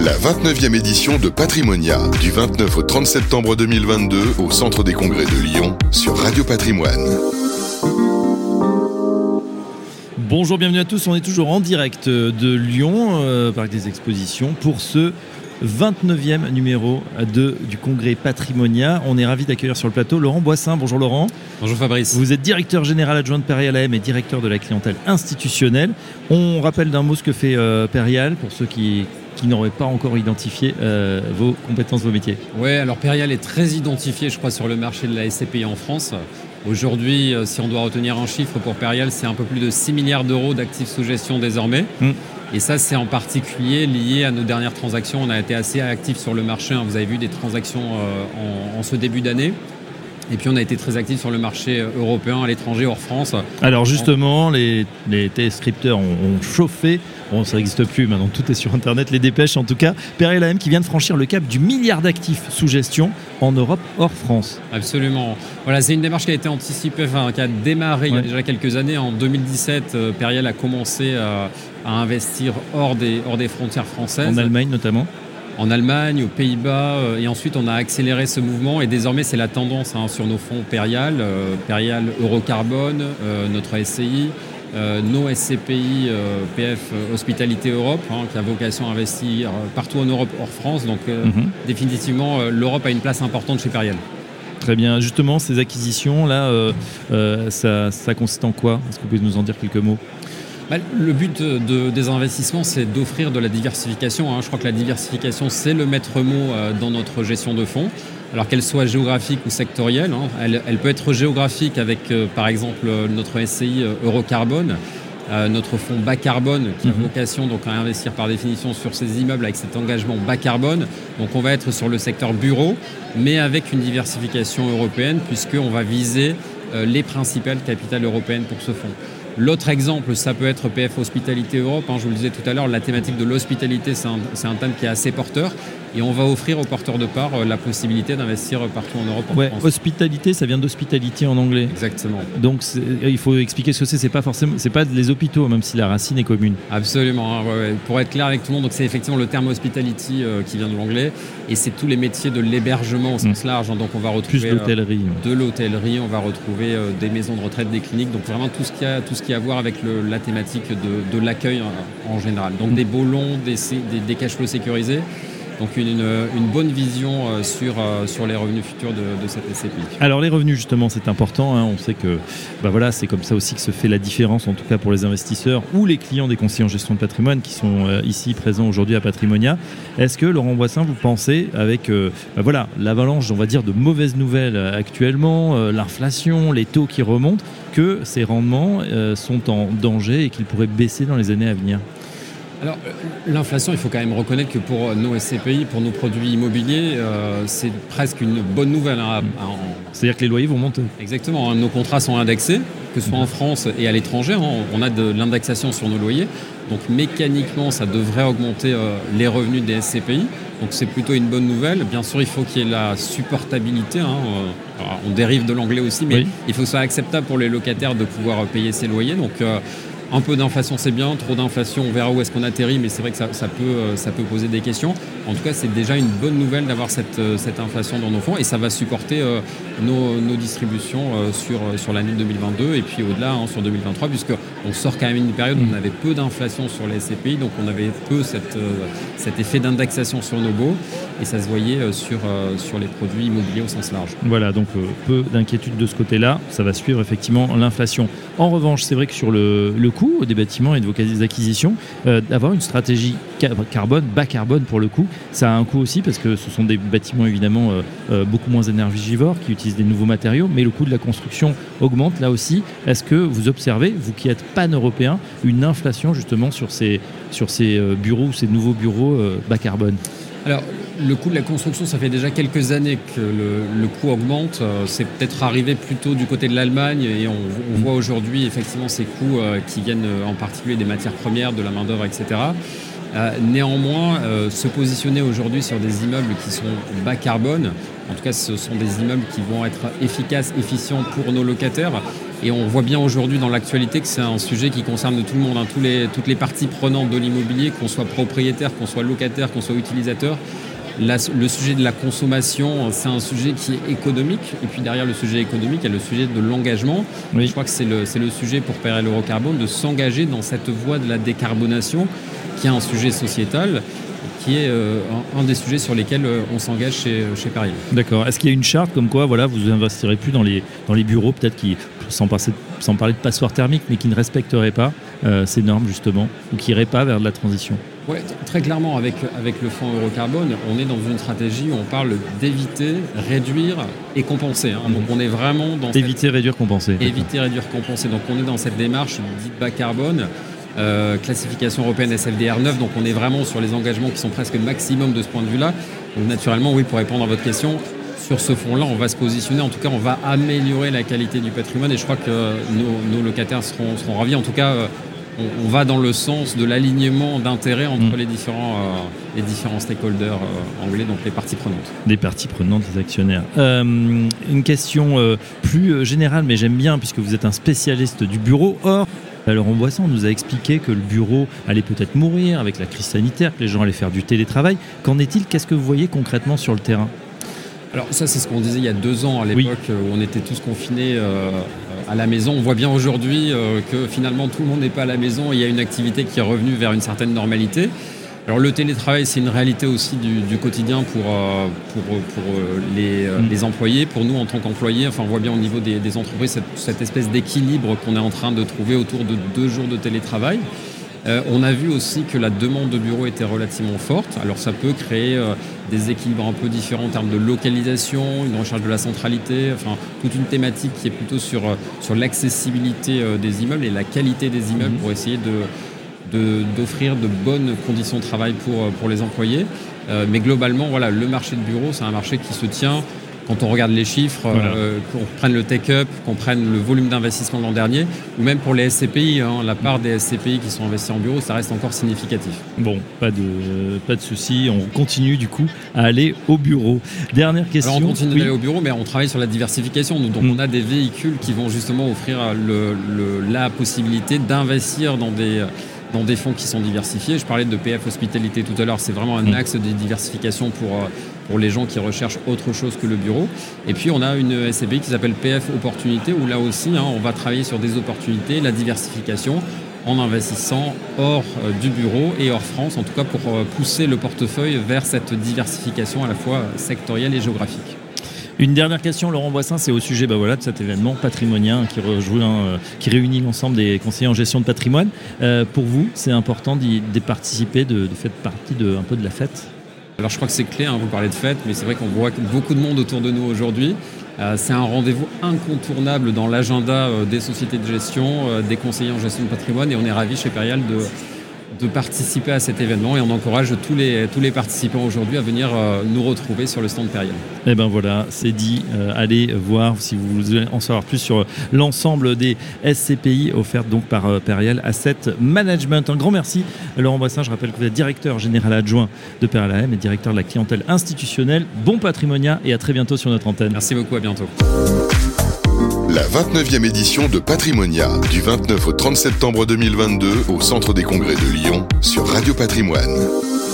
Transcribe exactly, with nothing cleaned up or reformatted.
la vingt-neuvième édition de Patrimonia, du vingt-neuf au trente septembre deux mille vingt-deux au Centre des Congrès de Lyon sur Radio Patrimoine. Bonjour, bienvenue à tous. On est toujours en direct de Lyon, euh, Parc des Expositions, pour ce vingt-neuvième numéro de, du Congrès Patrimonia. On est ravis d'accueillir sur le plateau Laurent Boissin. Bonjour Laurent. Bonjour Fabrice. Vous êtes directeur général adjoint de Perial A M et directeur de la clientèle institutionnelle. On rappelle d'un mot ce que fait euh, Perial pour ceux qui, qui n'auraient pas encore identifié euh, vos compétences, vos métiers. Oui, alors Perial est très identifié, je crois, sur le marché de la S C P I en France. Aujourd'hui, si on doit retenir un chiffre pour Perial, c'est un peu plus de six milliards d'euros d'actifs sous gestion désormais. Mmh. Et ça, c'est en particulier lié à nos dernières transactions. On a été assez actifs sur le marché. Vous avez vu des transactions en, en ce début d'année. Et puis, on a été très actifs sur le marché européen, à l'étranger, hors France. Alors justement, les, les téléscripteurs ont, ont chauffé. Bon, ça n'existe plus, maintenant tout est sur Internet, les dépêches en tout cas. Perial A M qui vient de franchir le cap du milliard d'actifs sous gestion en Europe, hors France. Absolument. Voilà, c'est une démarche qui a été anticipée, enfin, qui a démarré ouais. il y a déjà quelques années. En deux mille dix-sept, euh, Perial a commencé à, à investir hors des, hors des frontières françaises. En Allemagne notamment. En Allemagne, aux Pays-Bas, euh, et ensuite on a accéléré ce mouvement et désormais c'est la tendance hein, sur nos fonds Perial, euh, Perial Eurocarbone, euh, notre S C I, euh, nos S C P I, euh, P F Hospitalité Europe, hein, qui a vocation à investir partout en Europe hors France. Donc euh, mm-hmm. définitivement euh, l'Europe a une place importante chez Perial. Très bien. Justement, ces acquisitions-là, euh, euh, ça, ça consiste en quoi ? Est-ce que vous pouvez nous en dire quelques mots ? Le but de, des investissements, c'est d'offrir de la diversification. Je crois que la diversification, c'est le maître mot dans notre gestion de fonds. Alors qu'elle soit géographique ou sectorielle, elle, elle peut être géographique avec, par exemple, notre S C I Eurocarbone, notre fonds bas carbone qui a vocation donc à investir par définition sur ces immeubles avec cet engagement bas carbone. Donc on va être sur le secteur bureau, mais avec une diversification européenne puisqu'on va viser les principales capitales européennes pour ce fonds. L'autre exemple, ça peut être P F Hospitalité Europe. Hein, je vous le disais tout à l'heure, la thématique de l'hospitalité, c'est un, c'est un thème qui est assez porteur. Et on va offrir aux porteurs de parts euh, la possibilité d'investir partout en Europe. En ouais, France. Hospitalité, ça vient d'hospitality en anglais. Exactement. Donc il faut expliquer ce que c'est. C'est pas forcément, c'est pas les hôpitaux, même si la racine est commune. Absolument. Hein, ouais, ouais. Pour être clair avec tout le monde, donc c'est effectivement le terme hospitality euh, qui vient de l'anglais, et c'est tous les métiers de l'hébergement au sens mmh. large. Hein, donc on va retrouver plus l'hôtellerie, euh, de l'hôtellerie, on va retrouver euh, des maisons de retraite, des cliniques. Donc vraiment tout ce qui a tout ce qui a à voir avec le, la thématique de, de l'accueil en, en général. Donc mmh. des baux longs, des, des, des cash flows sécurisés. Donc une, une, une bonne vision euh, sur, euh, sur les revenus futurs de, de cette S C P I. Alors les revenus justement c'est important, hein. On sait que bah voilà, c'est comme ça aussi que se fait la différence en tout cas pour les investisseurs ou les clients des conseillers en gestion de patrimoine qui sont euh, ici présents aujourd'hui à Patrimonia. Est-ce que Laurent Boissin vous pensez avec euh, bah voilà, l'avalanche on va dire de mauvaises nouvelles actuellement, euh, l'inflation, les taux qui remontent, que ces rendements euh, sont en danger et qu'ils pourraient baisser dans les années à venir ? Alors, l'inflation, il faut quand même reconnaître que pour nos S C P I, pour nos produits immobiliers, euh, c'est presque une bonne nouvelle. Hein, mmh. en... C'est-à-dire que les loyers vont monter. Exactement. Hein, nos contrats sont indexés, que ce soit mmh. en France et à l'étranger. Hein, on a de l'indexation sur nos loyers. Donc, mécaniquement, ça devrait augmenter euh, les revenus des S C P I. Donc, c'est plutôt une bonne nouvelle. Bien sûr, il faut qu'il y ait la supportabilité. Hein, euh, on dérive de l'anglais aussi, mais oui. il faut que ce soit acceptable pour les locataires de pouvoir payer ces loyers. Donc, euh, un peu d'inflation, c'est bien. Trop d'inflation, on verra où est-ce qu'on atterrit, mais c'est vrai que ça, ça, peut, ça peut poser des questions. En tout cas, c'est déjà une bonne nouvelle d'avoir cette, cette inflation dans nos fonds et ça va supporter euh, nos, nos distributions euh, sur, sur l'année deux mille vingt-deux et puis au-delà hein, sur deux mille vingt-trois, puisqu'on sort quand même d'une période où on avait peu d'inflation sur les S C P I, donc on avait peu cette, euh, cet effet d'indexation sur nos baux et ça se voyait euh, sur, euh, sur les produits immobiliers au sens large. Voilà, donc euh, peu d'inquiétude de ce côté-là. Ça va suivre effectivement l'inflation. En revanche, c'est vrai que sur le, le coût des bâtiments et de vos acquisitions, euh, d'avoir une stratégie carbone, bas carbone pour le coup, ça a un coût aussi parce que ce sont des bâtiments évidemment euh, euh, beaucoup moins énergivores qui utilisent des nouveaux matériaux, mais le coût de la construction augmente là aussi. Est-ce que vous observez, vous qui êtes pan-européen, une inflation justement sur ces, sur ces bureaux, ces nouveaux bureaux euh, bas carbone ? Alors, le coût de la construction, ça fait déjà quelques années que le, le coût augmente. Euh, c'est peut-être arrivé plutôt du côté de l'Allemagne et on, on voit aujourd'hui effectivement ces coûts euh, qui viennent euh, en particulier des matières premières, de la main-d'œuvre, et cetera. Euh, néanmoins, euh, se positionner aujourd'hui sur des immeubles qui sont bas carbone, en tout cas ce sont des immeubles qui vont être efficaces, efficients pour nos locataires, Et on voit bien aujourd'hui dans l'actualité que c'est un sujet qui concerne tout le monde, hein, tous les, toutes les parties prenantes de l'immobilier, qu'on soit propriétaire, qu'on soit locataire, qu'on soit utilisateur. La, le sujet de la consommation, c'est un sujet qui est économique. Et puis derrière le sujet économique, il y a le sujet de l'engagement. Oui. Je crois que c'est le, c'est le sujet pour P R L Eurocarbone de s'engager dans cette voie de la décarbonation, qui est un sujet sociétal, qui est euh, un, un des sujets sur lesquels euh, on s'engage chez, chez P R L. D'accord. Est-ce qu'il y a une charte comme quoi voilà, vous investirez plus dans les, dans les bureaux, peut-être qui, sans, passer, sans parler de passoires thermiques, mais qui ne respecteraient pas euh, ces normes justement, ou qui n'iraient pas vers de la transition? Oui, très clairement, avec, avec le fonds Eurocarbone, on est dans une stratégie où on parle d'éviter, réduire et compenser. Hein. Donc on est vraiment dans éviter, cette... réduire, compenser. Éviter, réduire, compenser. Donc on est dans cette démarche dite bas carbone, euh, classification européenne S F D R neuf. Donc on est vraiment sur les engagements qui sont presque le maximum de ce point de vue-là. Donc naturellement, oui, pour répondre à votre question, sur ce fonds-là, on va se positionner. En tout cas, on va améliorer la qualité du patrimoine et je crois que nos, nos locataires seront, seront ravis. En tout cas, euh, on va dans le sens de l'alignement d'intérêts entre mmh. les, différents, euh, les différents stakeholders euh, anglais, donc les parties prenantes. Les parties prenantes, des actionnaires. Euh, une question euh, plus générale, mais j'aime bien, puisque vous êtes un spécialiste du bureau. Or, Laurent Boisson nous a expliqué que le bureau allait peut-être mourir avec la crise sanitaire, que les gens allaient faire du télétravail. Qu'en est-il? Qu'est-ce que vous voyez concrètement sur le terrain? Alors ça, c'est ce qu'on disait il y a deux ans à l'époque, oui. où on était tous confinés euh, à la maison. On voit bien aujourd'hui euh, que finalement tout le monde n'est pas à la maison et il y a une activité qui est revenue vers une certaine normalité. Alors le télétravail, c'est une réalité aussi du, du quotidien pour, euh, pour, pour les, mmh. les employés, pour nous en tant qu'employés. Enfin, on voit bien au niveau des, des entreprises cette, cette espèce d'équilibre qu'on est en train de trouver autour de deux jours de télétravail. Euh, on a vu aussi que la demande de bureaux était relativement forte. Alors ça peut créer euh, des équilibres un peu différents en termes de localisation, une recherche de la centralité, enfin toute une thématique qui est plutôt sur, euh, sur l'accessibilité euh, des immeubles et la qualité des immeubles mmh. pour essayer de, de, d'offrir de bonnes conditions de travail pour, pour les employés. Euh, mais globalement, voilà, le marché de bureaux, c'est un marché qui se tient. Quand on regarde les chiffres, voilà. euh, qu'on prenne le take-up, qu'on prenne le volume d'investissement de l'an dernier, ou même pour les S C P I, hein, la part des S C P I qui sont investis en bureau, ça reste encore significatif. Bon, pas de, pas de souci, on continue du coup à aller au bureau. Dernière question. Alors on continue oui. d'aller au bureau, mais on travaille sur la diversification. Donc mmh. on a des véhicules qui vont justement offrir le, le, la possibilité d'investir dans des... dans des fonds qui sont diversifiés. Je parlais de P F Hospitalité tout à l'heure, c'est vraiment un axe de diversification pour, pour les gens qui recherchent autre chose que le bureau. Et puis on a une S C P I qui s'appelle P F Opportunité, où là aussi hein, on va travailler sur des opportunités, la diversification, en investissant hors euh, du bureau et hors France, en tout cas pour euh, pousser le portefeuille vers cette diversification à la fois sectorielle et géographique. Une dernière question, Laurent Boissin, c'est au sujet bah voilà, de cet événement patrimonien qui, rejoint, euh, qui réunit l'ensemble des conseillers en gestion de patrimoine. Euh, pour vous, c'est important d'y, d'y participer, de, de faire partie de, un peu de la fête? Alors je crois que c'est clé, hein, vous parlez de fête, mais c'est vrai qu'on voit beaucoup de monde autour de nous aujourd'hui. Euh, c'est un rendez-vous incontournable dans l'agenda euh, des sociétés de gestion, euh, des conseillers en gestion de patrimoine, et on est ravis chez P R L de... de participer à cet événement et on encourage tous les, tous les participants aujourd'hui à venir euh, nous retrouver sur le stand P R L. Et ben voilà, c'est dit. Euh, allez voir si vous voulez en savoir plus sur l'ensemble des S C P I offertes donc par euh, P R L Asset Management. Un grand merci, Laurent Boissin. Je rappelle que vous êtes directeur général adjoint de P R L A M et directeur de la clientèle institutionnelle. Bon Patrimonia et à très bientôt sur notre antenne. Merci beaucoup, à bientôt. La vingt-neuvième édition de Patrimonia, du vingt-neuf au trente septembre deux mille vingt-deux, au Centre des Congrès de Lyon, sur Radio Patrimoine.